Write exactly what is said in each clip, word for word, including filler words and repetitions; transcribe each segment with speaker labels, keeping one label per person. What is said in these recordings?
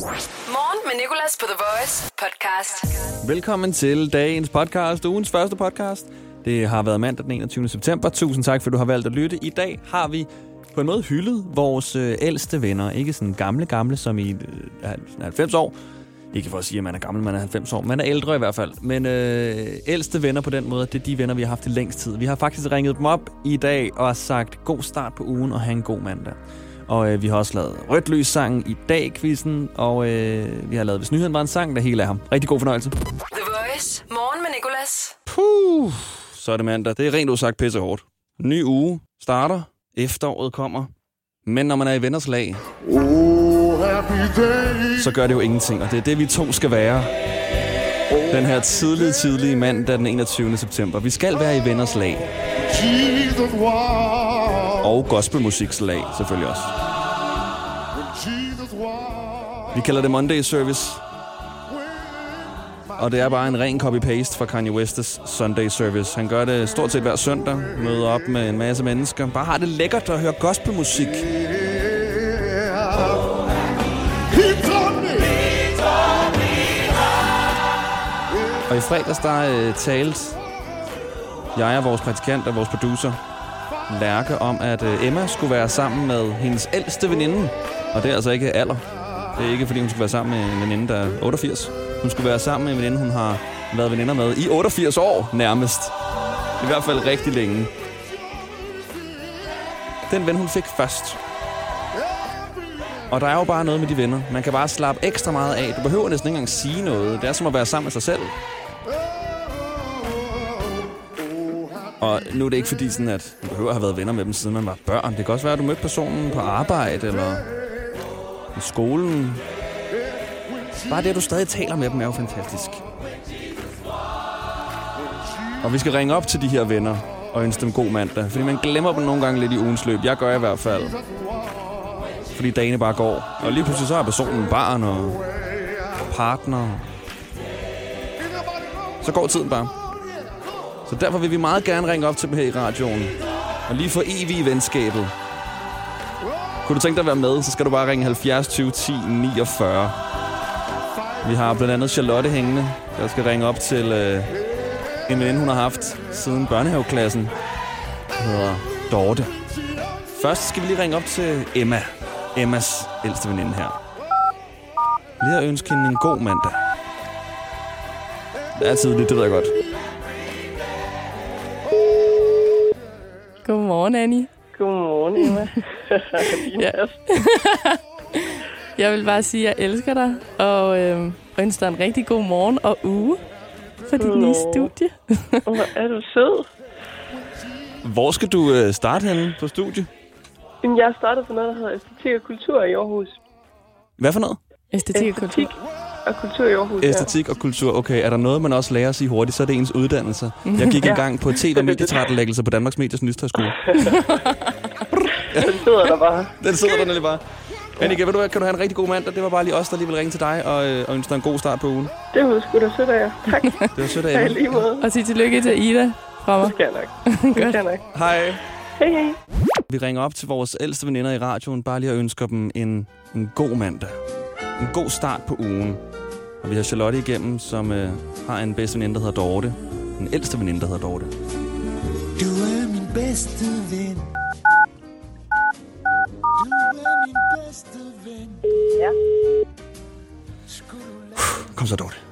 Speaker 1: Morgen med Nicolas på The Voice podcast.
Speaker 2: Velkommen til dagens podcast, ugens første podcast. Det har været mandag den enogtyvende september. Tusind tak, for du har valgt at lytte. I dag har vi på en måde hyldet vores øh, ældste venner. Ikke sådan gamle, gamle som i øh, halvfems år. Ikke for at sige, at man er gammel, man er halvfems år. Man er ældre i hvert fald. Men øh, ældste venner på den måde, det er de venner, vi har haft i længst tid. Vi har faktisk ringet dem op i dag og sagt god start på ugen og have en god mandag. Og øh, vi har også lavet Rødt Lys-sangen i dag, quizzen. Og øh, vi har lavet Hvis Nyheden var en sang, der hele er ham. Rigtig god fornøjelse.
Speaker 1: The Voice. Morgen med Nicolas.
Speaker 2: Puh, så er det mandag. Det er rent udsagt pisse hårdt. Ny uge starter. Efteråret kommer. Men når man er i venners lag, oh, så gør det jo ingenting. Og det er det, vi to skal være. Den her tidlige, tidlige mandag den enogtyvende september. Vi skal være i venners lag. Og gospelmusikslag selvfølgelig også. Vi kalder det Monday Service. Og det er bare en ren copy-paste fra Kanye West's Sunday Service. Han gør det stort set hver søndag. Møder op med en masse mennesker. Bare har det lækkert at høre gospelmusik. Og i fredags der uh, talte jeg og vores praktikant og vores producer Lærke om, at uh, Emma skulle være sammen med hendes ældste veninde. Og det er altså ikke alder. Det er ikke, fordi hun skulle være sammen med en veninde, der er otteogfirs. Hun skulle være sammen med en veninde, hun har været veninder med i otteogfirs år nærmest. I hvert fald rigtig længe. Den ven, hun fik først. Og der er jo bare noget med de venner. Man kan bare slappe ekstra meget af. Du behøver næsten ikke engang sige noget. Det er som at være sammen med sig selv. Og nu er det ikke fordi, sådan, at du behøver at have været venner med dem, siden man var børn. Det kan også være, at du mødte personen på arbejde eller i skolen. Bare det, at du stadig taler med dem, er jo fantastisk. Og vi skal ringe op til de her venner og ønske dem god mandag. Fordi man glemmer dem nogle gange lidt i ugens løb. Jeg gør i hvert fald. Fordi dagene bare går. Og lige pludselig så er personen barn og partner. Så går tiden bare. Så derfor vil vi meget gerne ringe op til dem her i radioen. Og lige få evig i venskabet. Kunne du tænke dig at være med, så skal du bare ringe halvfjerds tyve ti niogfyrre. Vi har blandt andet Charlotte hængende, der skal ringe op til øh, en veninde, hun har haft siden børnehaveklassen. Hun hedder Dorte. Først skal vi lige ringe op til Emma. Emmas ældste veninde her. Lige at ønske hende en god mandag. Det er tidligt, det ved jeg godt.
Speaker 3: Godmorgen, Annie.
Speaker 4: Godmorgen, Emma.
Speaker 3: Ja. Jeg vil bare sige, at jeg elsker dig, og øh, ønsker dig en rigtig god morgen og uge for dit nye studie.
Speaker 4: Hvor er du sød.
Speaker 2: Hvor skal du øh, starte henne på studie?
Speaker 4: Jeg har startet på noget, der hedder Æstetik og Kultur i Aarhus.
Speaker 2: Hvad for noget?
Speaker 3: Æstetik og kultur.
Speaker 4: og kultur i Aarhus,
Speaker 2: Æstetik og kultur. Okay, er der noget, man også lærer at sige hurtigt, så er det ens uddannelse. Jeg gik engang på T V- og medietilrettelæggelse på Danmarks Mediers Nyhedshøjskole.
Speaker 4: Den sidder der bare.
Speaker 2: Den sidder der nemlig bare. Annika, ved du hvad, kan du have en rigtig god mandag? Det var bare lige os, der lige vil ringe til dig og, øh, og ønske dig en god start på ugen.
Speaker 4: Det var sgu da sødt af jer. Tak.
Speaker 2: Det var sødt af jer.
Speaker 4: Ja, lige måde.
Speaker 3: Og sig tillykke til Ida fra mig.
Speaker 4: Det skal jeg nok. Det skal jeg nok.
Speaker 2: Hej.
Speaker 4: Hej, hej.
Speaker 2: Vi ringer op til vores ældste veninder i radioen, bare lige at ønske dem en, en god mandag. En god start på ugen. Og vi har Charlotte igennem, som øh, har en bedste veninde, der hedder Dorte. En ældste veninde, der hedder Dorte.
Speaker 5: Du er min bedste ven. Du er min bedste ven.
Speaker 4: Ja.
Speaker 2: Kom så, Dorte.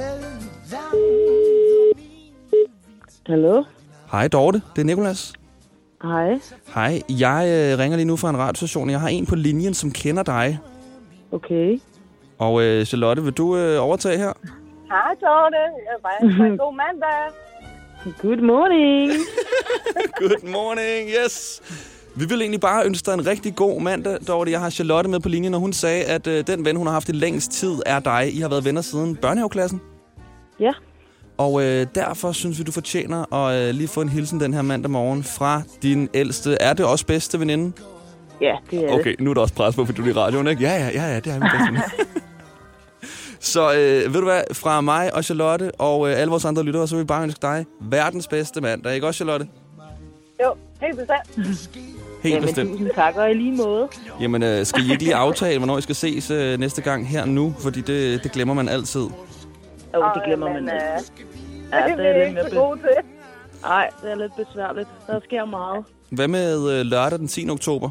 Speaker 4: Hallo?
Speaker 2: Hej, Dorte. Det er Nicolas.
Speaker 4: Hej.
Speaker 2: Hej. Jeg øh, ringer lige nu fra en radiostation. Jeg har en på linjen, som kender dig.
Speaker 4: Okay.
Speaker 2: Og øh, Charlotte, vil du øh, overtage her?
Speaker 4: Hej, Dorte. Jeg vil bare ønske dig en god mandag. Good morning.
Speaker 2: Good morning, yes. Vi vil egentlig bare ønske dig en rigtig god mandag, Dorte. Jeg har Charlotte med på linjen, og hun sagde, at øh, den ven, hun har haft i længst tid, er dig. I har været venner siden børnehaveklassen.
Speaker 4: Ja.
Speaker 2: Og øh, derfor synes vi, du fortjener at øh, lige få en hilsen den her mandag morgen fra din ældste. Er det også bedste veninde?
Speaker 4: Ja, det er
Speaker 2: Okay, nu er der også pres på, fordi du er i radioen, ikke? Ja, ja, ja, ja, det er min bedste veninde. Så øh, ved du hvad, fra mig og Charlotte og øh, alle vores andre lyttere, så vil vi bare ønske dig verdens bedste mandag. Ikke også, Charlotte?
Speaker 4: Jo, helt bestemt.
Speaker 2: Helt
Speaker 4: Jamen,
Speaker 2: bestemt.
Speaker 4: tusind tak, og i lige måde.
Speaker 2: Jamen, øh, skal I ikke lige aftale, hvornår I skal ses øh, næste gang her nu? Fordi det, det glemmer man altid.
Speaker 4: Åh, oh, det glemmer man
Speaker 6: men,
Speaker 4: ikke.
Speaker 6: Ja,
Speaker 4: Ja,
Speaker 6: det
Speaker 4: det er
Speaker 6: er
Speaker 4: lidt
Speaker 6: ikke så
Speaker 4: med
Speaker 6: god til.
Speaker 4: Nej, det er lidt besværligt. Der sker meget.
Speaker 2: Hvad med øh, lørdag den tiende oktober?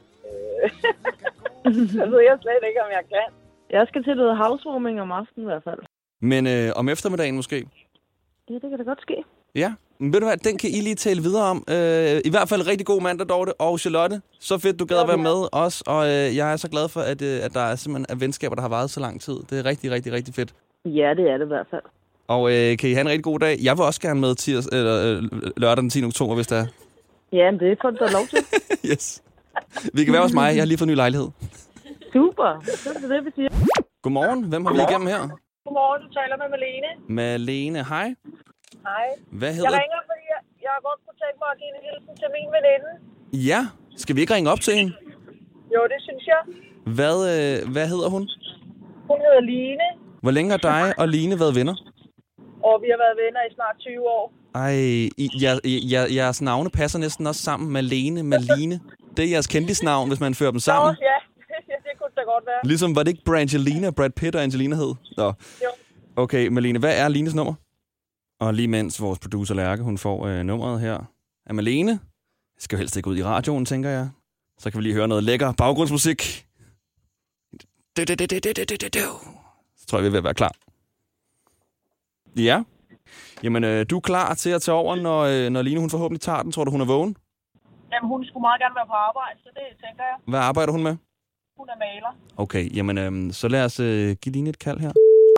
Speaker 6: Så ved jeg slet ikke, om jeg kan.
Speaker 4: Jeg skal til noget housewarming om aftenen i hvert fald.
Speaker 2: Men øh, om eftermiddagen måske?
Speaker 4: Ja, det kan da godt ske.
Speaker 2: Ja, men ved du hvad, den kan I lige tale videre om. Øh, I hvert fald rigtig god mandag, Dorte og Charlotte. Så fedt, du gad at være med os, og øh, jeg er så glad for, at, øh, at der er simpelthen er venskaber, der har varet så lang tid. Det er rigtig, rigtig, rigtig fedt.
Speaker 4: Ja, det er det i hvert fald.
Speaker 2: Og øh, kan I have en rigtig god dag? Jeg vil også gerne med tirs, eller, øh, lørdag den tiende oktober, hvis det er.
Speaker 4: Ja, men det får du da lov til.
Speaker 2: Yes. Vi kan være hos mig. Jeg har lige fået en ny lejlighed.
Speaker 4: Super. Så er det det, vi siger.
Speaker 2: Godmorgen. Hvem har vi igennem her?
Speaker 6: Godmorgen, du taler med Malene.
Speaker 2: Malene. Hej.
Speaker 6: Hej.
Speaker 2: Hvad
Speaker 6: Jeg
Speaker 2: hedder...
Speaker 6: ringer, fordi jeg, jeg har godt kunne tænke mig at give en hilsen til min veninde.
Speaker 2: Ja. Skal vi ikke ringe op til hende?
Speaker 6: Jo, det synes jeg.
Speaker 2: Hvad, øh, hvad hedder hun?
Speaker 6: Hun hedder Line,
Speaker 2: Hvor længe har dig og Line været venner?
Speaker 6: og vi har været venner i snart tyve år.
Speaker 2: Ej, I, jer, jer, jeres navne passer næsten også sammen. Malene, Maline. Det er jeres kendisnavn, hvis man fører dem sammen.
Speaker 6: Nå, ja. Det kunne det da godt være.
Speaker 2: Ligesom var det ikke Brangelina, Brad Pitt og Angelina hed? Nå.
Speaker 6: Jo.
Speaker 2: Okay, Malene, hvad er Lines nummer? Og lige mens vores producer Lærke, hun får øh, nummeret her af Malene. Jeg skal jo helst ikke ud i radioen, tænker jeg. Så kan vi lige høre noget lækker baggrundsmusik. Du, du, du, du, du, du, du, du. Så tror jeg, vi er ved at være klar. Ja. Jamen, øh, du er klar til at tage over, når, øh, når Line hun forhåbentlig tager den. Tror du, hun er vågen?
Speaker 6: Jamen, hun skulle meget gerne være på arbejde, så det tænker jeg.
Speaker 2: Hvad arbejder hun med?
Speaker 6: Hun er maler.
Speaker 2: Okay, jamen, øh, så lad os øh, give Line et kald her.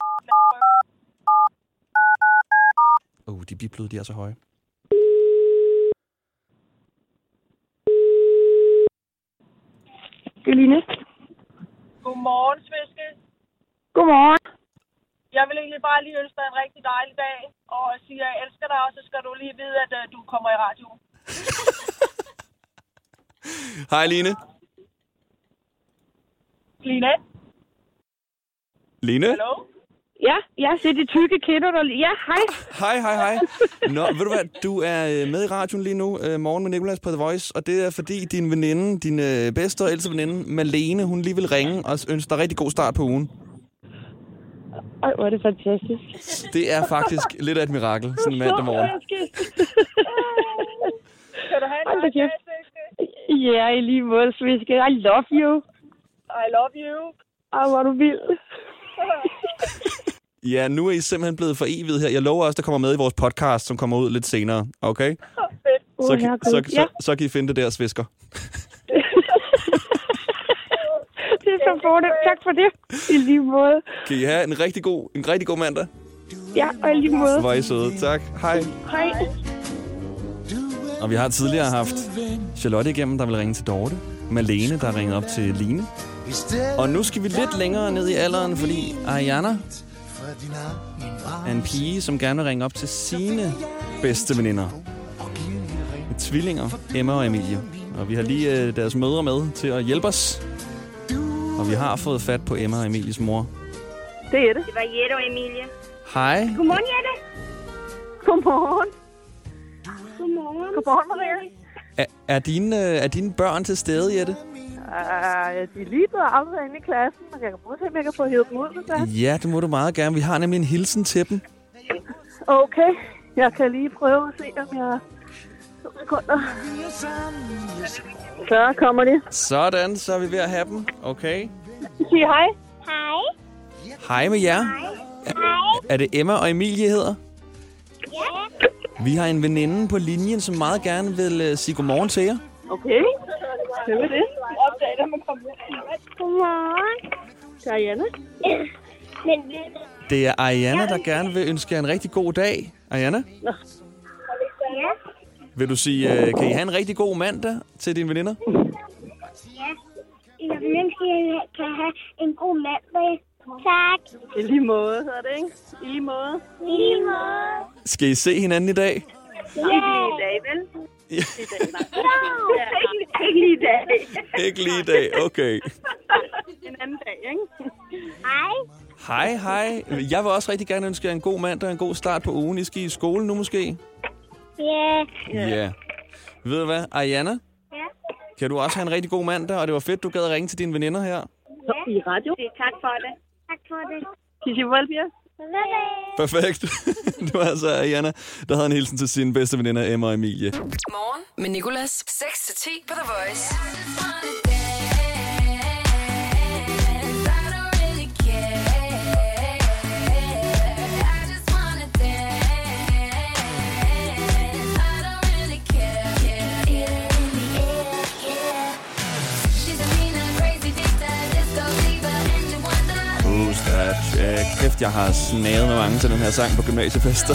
Speaker 2: Åh, oh, de biplyde, de er så høje.
Speaker 4: Det er Line.
Speaker 6: Godmorgen, Sviske.
Speaker 4: Godmorgen.
Speaker 6: Jeg vil egentlig bare lige ønske dig en rigtig dejlig dag, og sige, at jeg elsker dig, og så skal du lige vide, at uh, du kommer i radioen.
Speaker 2: Hej, Line.
Speaker 6: Line?
Speaker 2: Line?
Speaker 6: Hallo?
Speaker 4: Ja, jeg ser de tykke kætter, der... Ja, hej.
Speaker 2: Hej, hej, hej. Nå, ved du hvad, du er øh, med i radioen lige nu, øh, morgen med Nicolas på The Voice, og det er fordi din veninde, din øh, bedste og ældste veninde, Malene, hun lige vil ringe og ønske dig rigtig god start på ugen.
Speaker 4: Ej, hvor er det fantastisk.
Speaker 2: Det er faktisk lidt af et mirakel, sådan en mandag morgen.
Speaker 6: Kan du have en
Speaker 4: Hold da
Speaker 6: dejlig dag,
Speaker 4: kæft.
Speaker 6: Sviske?
Speaker 4: Ja, i lige måde, Sviske. I love you.
Speaker 6: I love you.
Speaker 4: Ej, hvor er du vild.
Speaker 2: Ja, nu er I simpelthen blevet for evigt her. Jeg lover også, der kommer med i vores podcast, som kommer ud lidt senere. Okay?
Speaker 6: Fedt.
Speaker 2: Så,
Speaker 4: Åh,
Speaker 2: kan,
Speaker 4: herregud.
Speaker 2: så,
Speaker 4: Ja.
Speaker 2: så, så kan I finde det der, Svisker.
Speaker 4: Det er så fornemt. Tak for det. I lige måde.
Speaker 2: Kan I have en rigtig god, en rigtig god mandag?
Speaker 4: Ja, og i lige måde.
Speaker 2: Hvor er I søde. Tak. Hej.
Speaker 4: Hej.
Speaker 2: Og vi har tidligere haft Charlotte igennem, der vil ringe til Dorte. Malene, der har ringet op til Line. Og nu skal vi lidt længere ned i alderen, fordi Ariana er en pige, som gerne vil ringe op til sine bedste veninder. Tvillinger, Emma og Emilie. Og vi har lige øh, deres mødre med til at hjælpe os. Og vi har fået fat på Emma og Emilies mor.
Speaker 4: Det er det.
Speaker 7: Det var Jette og Emilie.
Speaker 2: Hej.
Speaker 7: Godmorgen, Jette.
Speaker 4: Godmorgen.
Speaker 7: Godmorgen.
Speaker 4: Godmorgen, Maria.
Speaker 2: Er, er, dine, øh, er dine børn til stede, Jette?
Speaker 4: Uh, de er lige blevet afleveret inde i klassen, og jeg kan prøve at se, om jeg kan få hævet dem ud, hvis det er.
Speaker 2: Ja, det må du meget gerne. Vi har nemlig en hilsen til dem.
Speaker 4: Okay, jeg kan lige prøve at se, om jeg... To sekunder. Så kommer de.
Speaker 2: Sådan, så er vi ved at have dem. Okay.
Speaker 4: Sig hej.
Speaker 7: Hej.
Speaker 2: Hej med jer. Er, er det Emma og Emilie hedder?
Speaker 7: Ja.
Speaker 2: Vi har en veninde på linjen, som meget gerne vil uh, sige godmorgen til jer.
Speaker 4: Okay. Hvem er det?
Speaker 6: Opdag, der må komme hjem.
Speaker 7: Godmorgen.
Speaker 4: Det er Ariana.
Speaker 7: Men
Speaker 2: Det er Ariana, der gerne vil ønske jer en rigtig god dag. Ariana,
Speaker 7: ja.
Speaker 2: vil du sige, uh, kan I have en rigtig god mandag til dine veninder?
Speaker 7: Ja. Jeg vil ønske, at jeg kan have en god mandag. Tak.
Speaker 4: I lige måde, hedder det, ikke? I lige måde.
Speaker 7: I lige måde.
Speaker 2: Skal I se hinanden i dag?
Speaker 7: Ja.
Speaker 4: Ikke lige i dag, vel?
Speaker 2: Ja.
Speaker 4: I dag, nej.
Speaker 7: Ja. Ikke lige i dag.
Speaker 2: Ikke lige i dag, okay.
Speaker 4: En anden dag, ikke?
Speaker 7: Hej.
Speaker 2: Hej, hej. Jeg vil også rigtig gerne ønske jer en god mandag og en god start på ugen. I skal i skole nu måske?
Speaker 7: Ja.
Speaker 2: Ja. Yeah. Ved du hvad, Ariana?
Speaker 7: Ja.
Speaker 2: Kan du også have en rigtig god mandag, og det var fedt, du gad at ringe til dine veninder her.
Speaker 4: Så i radio.
Speaker 7: Tak for det. Tak for det.
Speaker 4: Kan I sige farvel, piger?
Speaker 2: Perfekt. Det var altså Ariana, der havde en hilsen til sine bedste veninder, Emma og Emilie.
Speaker 1: Morgen med Nicolas. seks til ti på The Voice. Kæft, jeg har snaget med mange til den her sang på gymnasiefester.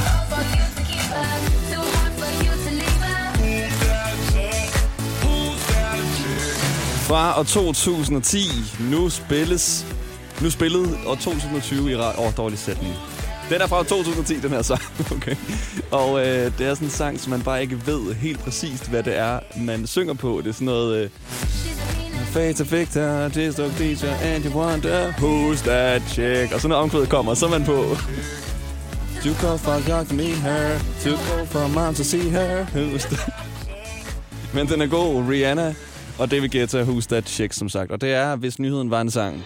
Speaker 1: Fra år to tusind og ti, nu spilles, nu spillet år to tusind og tyve i ret, oh, dårlig sætning. Den er fra år to tusind og ti, den her sang, okay. Og øh, det er sådan en sang, som man bare ikke ved helt præcist, hvad det er, man synger på. Det er sådan noget... Øh, Fate of Victor, Distal Teacher, and you wonder who's that chick. Og så når omkvædet kommer, så er man på. Too cold for young to meet her, too cold for mom to see her, who's that? Men den er god, Rihanna og David Guetta, who's that chick, som sagt. Og det er, hvis nyheden var en sang.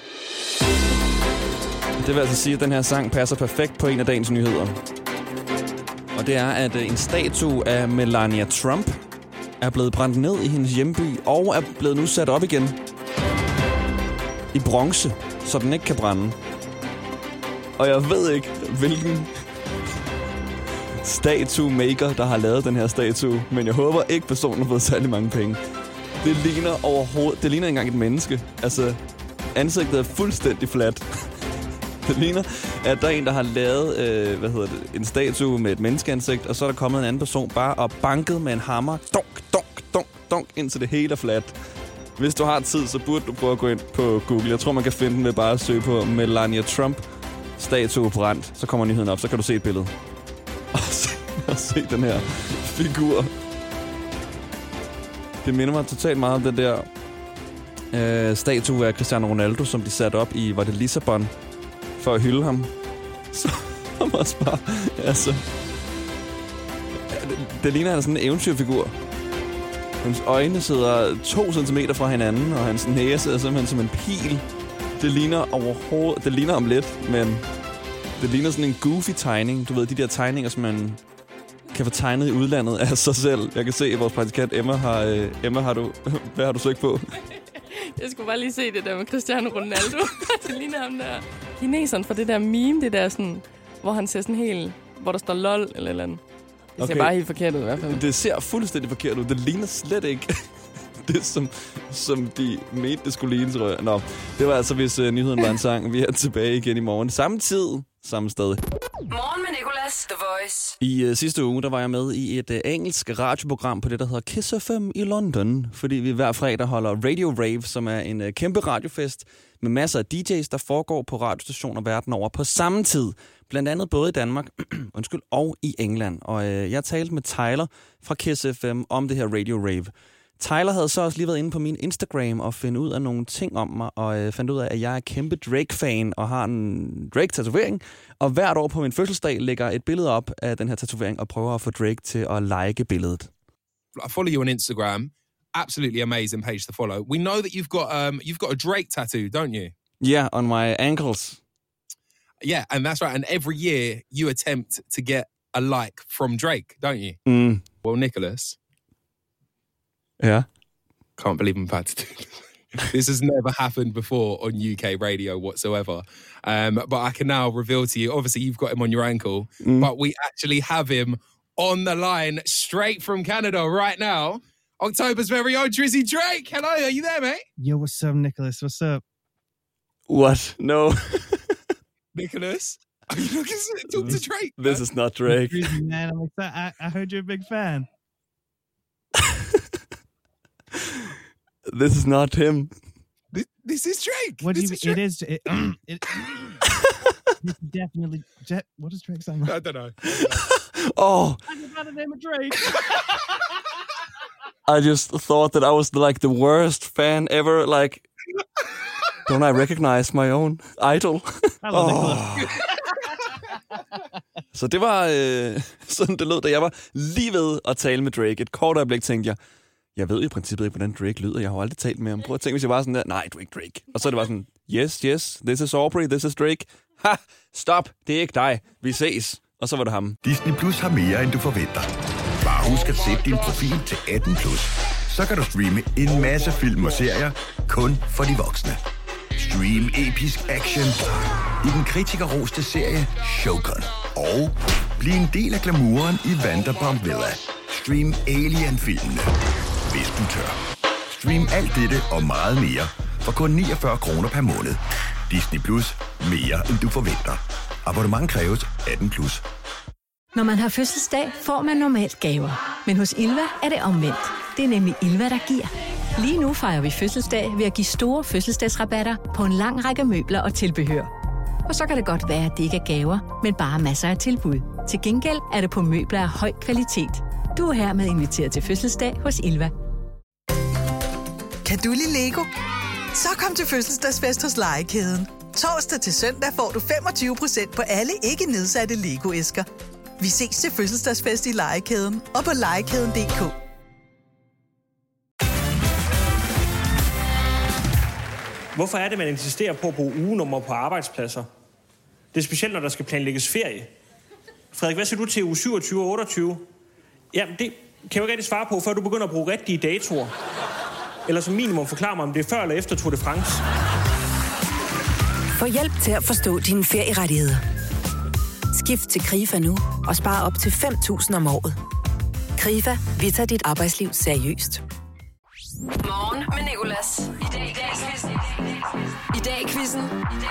Speaker 1: Det vil altså sige, at den her sang passer perfekt på en af dagens nyheder. Og det er, at en statue af Melania Trump er blevet brændt ned i hendes hjemby, og er blevet nu sat op igen i bronze, så den ikke kan brænde. Og jeg ved ikke, hvilken statue-maker, der har lavet den her statue, men jeg håber ikke, personen har fået særlig mange penge. Det ligner overhovedet... Det ligner ikke engang et menneske. Altså, ansigtet er fuldstændig fladt. Det ligner, at der er en, der har lavet øh, hvad hedder det, en statue med et menneskeansigt, og så er der kommet en anden person bare og banket med en hammer. Dunk, dunk, dunk, dunk, indtil det hele er fladt. Hvis du har tid, så burde du prøve at gå ind på Google. Jeg tror, man kan finde den ved bare at søge på Melania Trump statue brændt. Så kommer nyheden op, så kan du se et billede. Og se, og se den her figur. Det minder mig totalt meget om den der øh, statue af Cristiano Ronaldo, som de satte op i, var det Lissabon, for at hylde ham. Så han også bare, altså... Det, det ligner, han er sådan en eventyrfigur. Hans øjne sidder to centimeter fra hinanden, og hans næse er simpelthen som en pil. Det ligner overhovedet... Det ligner om lidt, men... Det ligner sådan en goofy tegning. Du ved, de der tegninger, som man kan få tegnet i udlandet af sig selv. Jeg kan se, at vores praktikant Emma har... Øh, Emma, har du... Hvad har du søgt på?
Speaker 3: Jeg skulle bare lige se det der med Cristiano Ronaldo. Det ligner ham der. Kineseren for det der meme, det der sådan... Hvor han ser sådan helt... Hvor der står lol eller eller andet. Det ser okay. Bare helt forkert ud i hvert fald.
Speaker 2: Det ser fuldstændig forkert ud. Det ligner slet ikke det, som, som de mente, det skulle ligne, tror jeg. Nå, det var altså, hvis uh, nyheden var en sang. Vi er tilbage igen i morgen. Samme tid, samme sted.
Speaker 1: Morgen med Nicolas, The Voice.
Speaker 2: I uh, sidste uge, der var jeg med i et uh, engelsk radioprogram på det, der hedder Kiss F M i London. Fordi vi hver fredag holder Radio Rave, som er en uh, kæmpe radiofest med masser af D J's, der foregår på radiostationer verden over på samme tid. Blandt andet både i Danmark undskyld, og i England. Og øh, jeg talte med Tyler fra Kiss F M om det her Radio Rave. Tyler havde så også lige været inde på min Instagram og finde ud af nogle ting om mig, og øh, fandt ud af, at jeg er kæmpe Drake-fan og har en Drake-tatovering. Og hvert år på min fødselsdag lægger et billede op af den her tatovering og prøver at få Drake til at like billedet.
Speaker 8: I follow you on Instagram. Absolutely amazing page to follow. We know that you've got um you've got a Drake tattoo, don't you?
Speaker 2: Yeah, on my ankles.
Speaker 8: Yeah, and that's right. And every year you attempt to get a like from Drake, don't you?
Speaker 2: Mm.
Speaker 8: Well, Nicholas.
Speaker 2: Yeah.
Speaker 8: Can't believe I'm about to do this. This has never happened before on U K radio whatsoever. Um, but I can now reveal to you, obviously you've got him on your ankle, mm. but we actually have him on the line straight from Canada right now. October's very own Drizzy Drake. Hello, are you there, mate?
Speaker 9: Yo, what's up, Nicholas? What's up?
Speaker 2: What? No.
Speaker 8: Nicholas, are you looking to talk to Drake?
Speaker 2: This
Speaker 8: man?
Speaker 2: is not Drake.
Speaker 9: Drizzy, man, I'm excited. I, I heard you're a big fan.
Speaker 2: This is not him.
Speaker 8: This, this is Drake.
Speaker 9: What do
Speaker 8: this
Speaker 9: you?
Speaker 8: Is Drake.
Speaker 9: It is. It, it, it's definitely. Jet, what does Drake sound like?
Speaker 8: I don't know.
Speaker 2: Oh.
Speaker 9: I just got the name of Drake.
Speaker 2: I just thought that I was like the worst fan ever. Like, don't I recognize my own idol?
Speaker 9: Hello, Nicholas.
Speaker 2: Så det var øh, sådan, det lød, da jeg var lige ved at tale med Drake. Et kort øjeblik tænkte jeg,
Speaker 1: jeg ved i princippet ikke, hvordan Drake lyder. Jeg har jo aldrig talt med ham. Prøv at tænke, hvis jeg var sådan der, nej, du er ikke Drake. Og så er det bare sådan, yes, yes, this is Aubrey, this is Drake. Ha, stop, det er ikke dig. Vi ses. Og så var det ham.
Speaker 10: Disney Plus har mere, end du forventer. Bare husk at sætte din profil til atten plus. Så kan du streame en masse film og serier, kun for de voksne. Stream episk action i den kritikerroste serie Shogun. Og bliv en del af glamouren i Vanderpump Villa. Stream Alien-filmene, hvis du tør. Stream alt dette og meget mere for kun niogfyrre kroner per måned. Disney Plus. Mere end du forventer. Abonnement kræves atten plus.
Speaker 11: Når man har fødselsdag, får man normalt gaver. Men hos Ilva er det omvendt. Det er nemlig Ilva, der giver. Lige nu fejrer vi fødselsdag ved at give store fødselsdagsrabatter på en lang række møbler og tilbehør. Og så kan det godt være, at det ikke er gaver, men bare masser af tilbud. Til gengæld er det på møbler af høj kvalitet. Du er hermed inviteret til fødselsdag hos Ilva.
Speaker 12: Kan du lide Lego? Så kom til fødselsdagsfest hos Legekæden. Torsdag til søndag får du femogtyve procent på alle ikke nedsatte Lego-æsker. Vi ses til fødselsdagsfest i Legekæden og på legekæden punktum d k.
Speaker 13: Hvorfor er det, man insisterer på at bruge ugenummer på arbejdspladser? Det er specielt, når der skal planlægges ferie. Frederik, hvad siger du til uge syvogtyve og otteogtyve? Jamen, det kan jeg jo ikke rigtig svare på, før du begynder at bruge rigtige datoer. Eller som minimum forklare mig, om det er før eller efter Tour de France.
Speaker 14: Få hjælp til at forstå dine ferierettigheder. Skift til KRIFA nu og spar op til fem tusind om året. KRIFA, vi tager dit arbejdsliv seriøst.
Speaker 15: Morgen med Nicolas. I dag i quizzen. I dag i quizzen.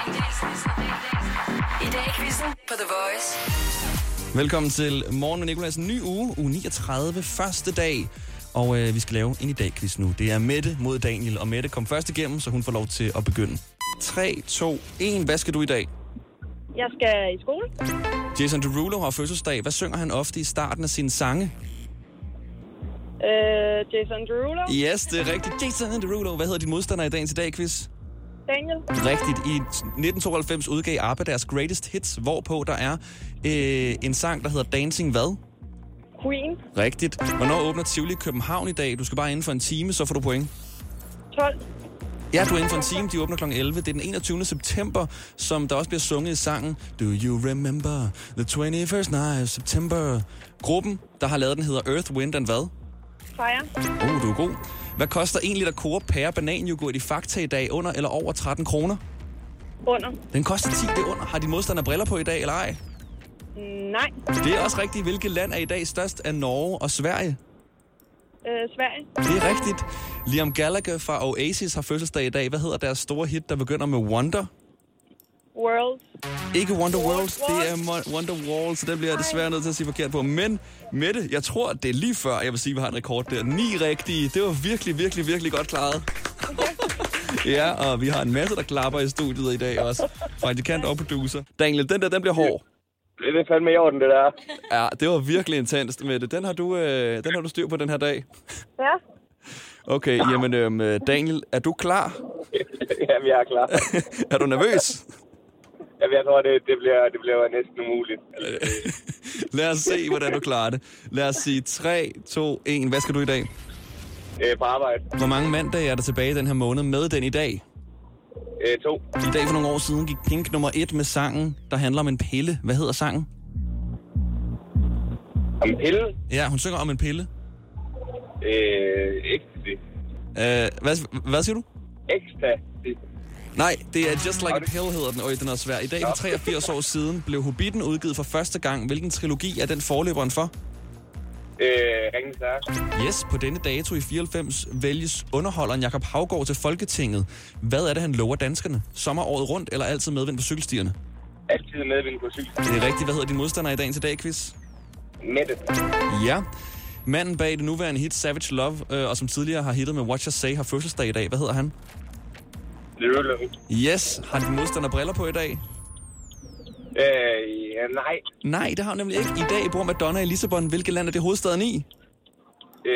Speaker 15: I dag i quizzen på The Voice.
Speaker 1: Velkommen til Morgen med Nicolas. En ny uge, uge niogtredive, første dag. Og øh, vi skal lave en i dag quiz nu. Det er Mette mod Daniel, og Mette kom først igennem, så hun får lov til at begynde. tre, to, et. Hvad skal du i dag?
Speaker 4: Jeg skal i skole.
Speaker 1: Jason Derulo har fødselsdag. Hvad synger han ofte i starten af sine sange?
Speaker 4: Øh, Jason Derulo.
Speaker 1: Yes, det er rigtigt. Jason Derulo. Hvad hedder din modstander i dagens i dag quiz?
Speaker 4: Daniel.
Speaker 1: Rigtigt. I nitten tooghalvfems udgav ABBA deres Greatest Hits, hvorpå der er øh, en sang, der hedder Dancing hvad?
Speaker 4: Queen.
Speaker 1: Rigtigt. Hvornår åbner Tivoli København i dag? Du skal bare inden for en time, så får du point.
Speaker 4: tolv.
Speaker 1: Ja, du er inden for en time. De åbner klokken elleve. Det er den enogtyvende september, som der også bliver sunget i sangen Do You Remember the twenty-first night of September? Gruppen, der har lavet den, hedder Earth, Wind and hvad?
Speaker 4: Fire.
Speaker 1: Oh, du er god. Hvad koster en liter Coop pære bananyoghurt i Fakta i dag? Under eller over tretten kroner?
Speaker 4: Under.
Speaker 1: Den koster ti, det er under. Har de modstandere briller på i dag, eller ej?
Speaker 4: Nej.
Speaker 1: Det er også rigtigt. Hvilket land er i dag størst af Norge og Sverige?
Speaker 4: Øh, Sverige.
Speaker 1: Det er rigtigt. Liam Gallagher fra Oasis har fødselsdag i dag. Hvad hedder deres store hit, der begynder med Wonder?
Speaker 4: World.
Speaker 1: Ikke Wonder World, det er Mo- Wonder Wall, så det bliver jeg desværre nødt til at sige forkert på. Men Mette, jeg tror, det er lige før, jeg vil sige, at vi har en rekord der. Ni rigtige. Det var virkelig, virkelig, virkelig godt klaret. Ja, og vi har en masse, der klapper i studiet i dag også. Praktikant og producer. Daniel, den der, den bliver hård.
Speaker 16: Det er fandme i orden, det der.
Speaker 1: Ja, det var virkelig intenst, Mette. Den har du, øh, den har du styr på den her dag.
Speaker 4: Ja.
Speaker 1: Okay, jamen øh, Daniel, er du klar?
Speaker 16: Jamen, jeg er klar.
Speaker 1: Er du nervøs?
Speaker 16: Jamen, jeg tror, det, det, bliver, det bliver næsten umuligt.
Speaker 1: Lad os se, hvordan du klarer det. Lad os sige tre, to, et. Hvad skal du i dag?
Speaker 16: Øh, på arbejde.
Speaker 1: Hvor mange mandage er der tilbage den her måned med den i dag?
Speaker 16: Øh, to.
Speaker 1: I dag for nogle år siden gik Pink nummer et med sangen, der handler om en pille. Hvad hedder sangen?
Speaker 16: Om en pille?
Speaker 1: Ja, hun synger om en pille.
Speaker 16: Øh, ecstasy.
Speaker 1: Øh, hvad, hvad siger du?
Speaker 16: Ecstasy.
Speaker 1: Nej, det er Just Like a Pill, hedder den. Øj, den er svær. I dag for treogfirs år siden blev Hobbiten udgivet for første gang. Hvilken trilogi er den forløberen for?
Speaker 16: Øh, Ringens Herre.
Speaker 1: Yes, på denne dato i fireoghalvfems vælges underholderen Jakob Haugaard til Folketinget. Hvad er det, han lover danskerne? Sommeråret rundt eller altid medvind på cykelstierne?
Speaker 16: Altid medvind på cykelstierne.
Speaker 1: Det er rigtigt. Hvad hedder din modstander i dagens i dag, quiz?
Speaker 16: Mette.
Speaker 1: Ja. Manden bag det nuværende hit Savage Love, øh, og som tidligere har hittet med What You Say, har fødselsdag i dag. Hvad hedder han?
Speaker 16: Derulo.
Speaker 1: Yes. Har din modstander briller på i dag?
Speaker 16: Øh, ja, nej.
Speaker 1: Nej, det har hun nemlig ikke. I dag bor Madonna i Lissabon. Hvilket land er det hovedstaden i?
Speaker 16: Øh,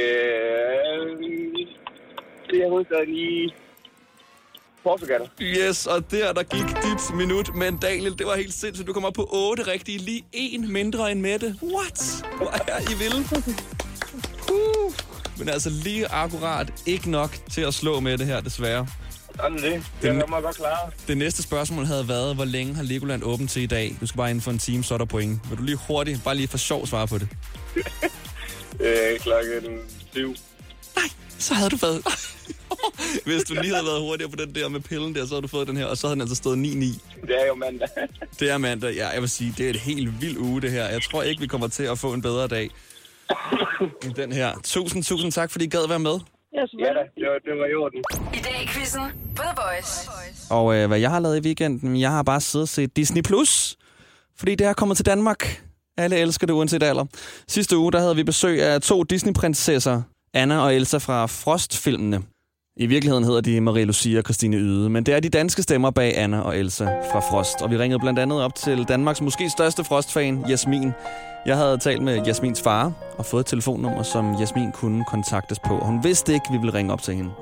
Speaker 16: det er hovedstaden i Portugal.
Speaker 1: Yes, og der, der gik dit minut. Men Daniel, det var helt sindssygt. Du kommer op på otte rigtige. Lige en mindre end Mette. What? Hvor er I vilde? Uh. Men altså lige akkurat ikke nok til at slå med det her, desværre.
Speaker 16: Sådan det. Det er mig godt klare.
Speaker 1: Det næste spørgsmål havde været, hvor længe har Legoland åbent til i dag? Du skal bare inden for en time, så er der point. Vil du lige hurtigt, bare lige for sjov svare på det?
Speaker 16: øh, klokken syv.
Speaker 1: Nej, så havde du været... Hvis du lige havde været hurtigere på den der med pillen der, så havde du fået den her, og så havde den altså stået ni ni.
Speaker 16: Det er jo mandag.
Speaker 1: Det er mandag, ja. Jeg vil sige, det er et helt vild uge, det her. Jeg tror ikke, vi kommer til at få en bedre dag end den her. Tusind, tusind tak, fordi I gad være med.
Speaker 16: Ja, det var, det var i orden.
Speaker 15: I dag i quizzen på The Voice.
Speaker 1: Og øh, hvad jeg har lavet i weekenden, jeg har bare siddet og set Disney Plus, fordi det er kommet til Danmark. Alle elsker det uanset alder. Sidste uge, der havde vi besøg af to Disney-prinsesser, Anna og Elsa fra Frost-filmene. I virkeligheden hedder de Marie Lucia og Christine Yde, men det er de danske stemmer bag Anna og Elsa fra Frost. Og vi ringede blandt andet op til Danmarks måske største Frost-fan, Jasmin. Jeg havde talt med Jasmins far og fået et telefonnummer, som Jasmin kunne kontaktes på. Hun vidste ikke, vi ville ringe op til hende.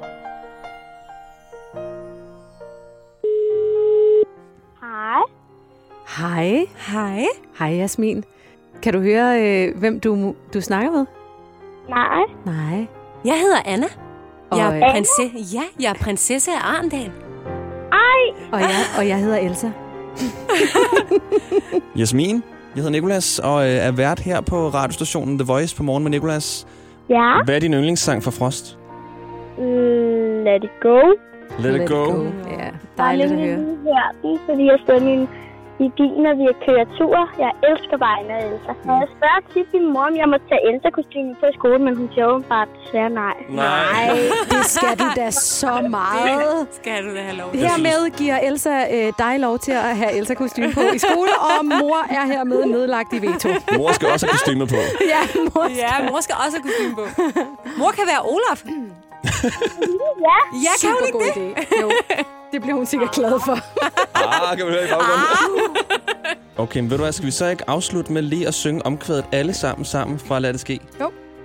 Speaker 7: Hej.
Speaker 17: Hej. Hej. Hej, Jasmin. Kan du høre, øh, hvem du, du snakker med?
Speaker 7: Nej.
Speaker 17: Nej.
Speaker 18: Jeg hedder Anna.
Speaker 17: Og,
Speaker 18: Jeg er, prinsesse, ja, jeg er prinsesse af Arendal.
Speaker 7: Ej.
Speaker 17: Og jeg, og jeg hedder Elsa.
Speaker 1: Jasmin, jeg hedder Nicolas og øh, er vært her på radiostationen The Voice på Morgen med Nicolas.
Speaker 7: Ja.
Speaker 1: Hvad er din yndlingssang fra Frost?
Speaker 7: Mm, let it go.
Speaker 1: Let, let it go. go.
Speaker 17: Ja, dejligt at høre.
Speaker 7: Jeg har den, fordi jeg står min i bilen, når vi kører tur. Jeg elsker bare Anna og Elsa. Og jeg spørger tit min mor, om jeg må tage Elsa-kostymen på i skole, men hun siger åbenbart desværre nej.
Speaker 17: Nej, det skal du da så meget.
Speaker 18: Det skal du da have lov til.
Speaker 17: Hermed giver Elsa øh, dig lov til at have Elsa-kostyme på i skole, og mor er hermed nedlagt i veto.
Speaker 1: Mor skal også have kostyme på.
Speaker 17: Ja, mor skal,
Speaker 18: ja, mor skal også have kostyme på. Mor kan være Olaf.
Speaker 7: Ja,
Speaker 18: ja kan hun ikke det?
Speaker 17: Idé. Jo, det bliver hun sikkert glad for.
Speaker 1: Ah, kan vi høre i baggrunden? Okay, men ved du hvad, skal vi så ikke afslutte med lige at synge omkvædet alle sammen sammen fra Lad det ske?
Speaker 17: Jo.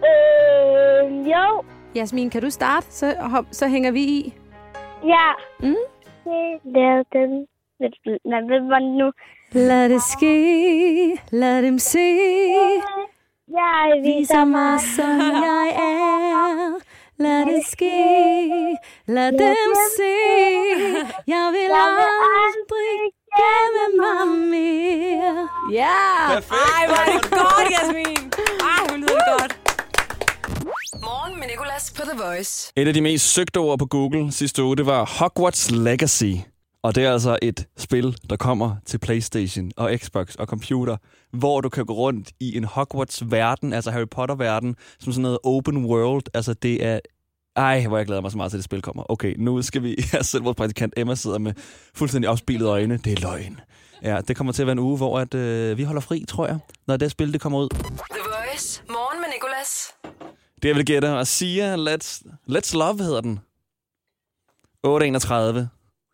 Speaker 7: Øh, jo.
Speaker 17: Jasmin, kan du starte? Så, hop, så hænger vi i.
Speaker 7: Ja.
Speaker 17: Mm?
Speaker 7: Lad dem... Hvad nu?
Speaker 17: Lad det ske, lad dem se.
Speaker 7: Jeg
Speaker 17: viser mig, som jeg er. Lad det ske, lad dem se. Jeg vil aldrig gemme mig mere. Ja!
Speaker 1: Perfekt!
Speaker 18: Ej, hvor er det godt, Jasmin! Ej, hun lyder godt.
Speaker 15: Morgen med Nicolas på The Voice.
Speaker 1: Et af de mest søgte ord på Google sidste uge, det var Hogwarts Legacy. Og det er altså et spil, der kommer til PlayStation og Xbox og computer, hvor du kan gå rundt i en Hogwarts-verden, altså Harry Potter-verden, som sådan noget open world. Altså det er... Ej, hvor jeg glæder mig så meget til, at det spil kommer. Okay, nu skal vi... Jeg selv, vores praktikant Emma sidder med fuldstændig afspilede øjne. Det er løgn. Ja, det kommer til at være en uge, hvor at, øh, vi holder fri, tror jeg, når det spil det kommer ud.
Speaker 15: The Voice. Morgen med Nicolas.
Speaker 1: Det jeg vil gætte, og Sia, Let's, Let's Love hedder den. otte enogtredive.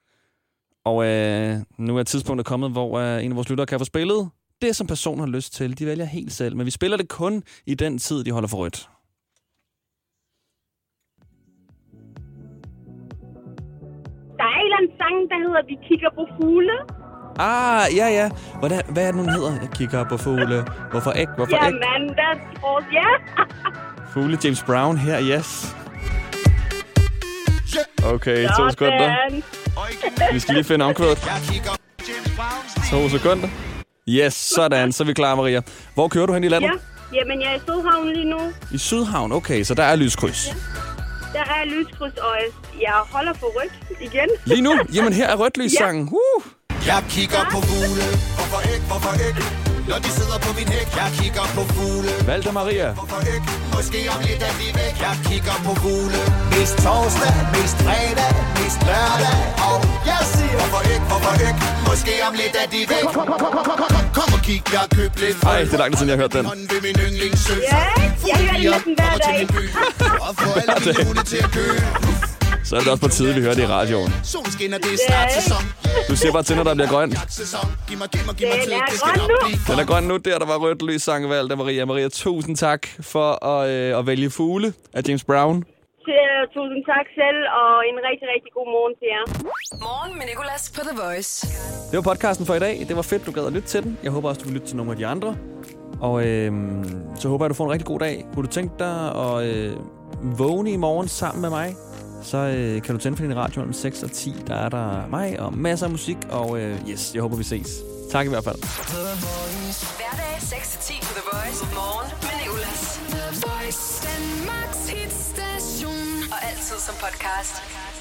Speaker 1: Og øh, nu er tidspunktet kommet, hvor øh, en af vores lyttere kan få spillet det, som personen har lyst til. De vælger helt selv, men vi spiller det kun i den tid, de holder for rødt.
Speaker 7: Der er en eller anden sang, der hedder Vi kigger på fugle.
Speaker 1: Ah, ja, ja. Hvordan, hvad er det, nu, den hedder? Jeg kigger på fugle. Hvorfor ikke? Hvorfor
Speaker 7: ja,
Speaker 1: ikke?
Speaker 7: Jamen, der tror ja.
Speaker 1: Fugle James Brown her, yes. Okay, to sekunder. Vi skal lige finde omkvædet. To sekunder. Yes, sådan. Så er vi klar, Maria. Hvor kører du hen i landet?
Speaker 7: Ja, jamen jeg er i Sydhavn lige nu.
Speaker 1: I Sydhavn, okay. Så der er lyskryds.
Speaker 7: Ja. Der er lyskryds, og jeg holder for rødt igen.
Speaker 1: Lige nu? Jamen her er rødt lyssangen.
Speaker 7: Ja.
Speaker 1: Uh.
Speaker 5: Jeg kigger på fugle. Hvorfor ikke, hvorfor ikke? Når de sidder på min hæk. Jeg kigger på fugle.
Speaker 1: Valgte Maria.
Speaker 5: Hvorfor ikke? Måske om lidt er de væk. Jeg kigger på fugle. Mest torsdag, mest fredag, mest lørdag. Og jeg siger, hvorfor ikke, hvorfor ikke? Måske om lidt er de væk. Kom og kig, jeg har købt lidt.
Speaker 1: Ej, det er lang tid siden, jeg har hørt den.
Speaker 5: Hånden ved min yndlingssø.
Speaker 7: Ja, jeg hører den næsten hver dag.
Speaker 5: Og få alle mine hunde til at køre.
Speaker 1: Så er det også på tide, vi hører det i radioen.
Speaker 5: Solen skinner, det er snart sæson.
Speaker 1: Du siger bare til, når der bliver grønt.
Speaker 5: Giv mig, giv mig, giv mig tid, det skal
Speaker 7: nok blive.
Speaker 1: Den er grøn nu, der der var rødt lys sang valgt af Maria. Maria, tusind tak for at, øh, at vælge Fugle af James Brown.
Speaker 7: Tusind tak selv, og en rigtig, rigtig god morgen til jer.
Speaker 15: Morgen med Nicolas på The Voice.
Speaker 1: Det var podcasten for i dag. Det var fedt, du gad at lytte til den. Jeg håber også, du vil lytte til nogle af de andre. Og øh, så håber jeg, du får en rigtig god dag. Kunne du tænke dig at øh,
Speaker 2: vågne i morgen sammen med mig, så øh, kan du tænde for din radio mellem seks og ti. Der er der mig og masser af musik, og øh, yes, jeg håber, vi ses. Tak i hvert fald.
Speaker 15: Hverdag seks til ti på The Voice. Morgen med Nicolas. The Voice. Danmarks hitstation. Og altid som podcast.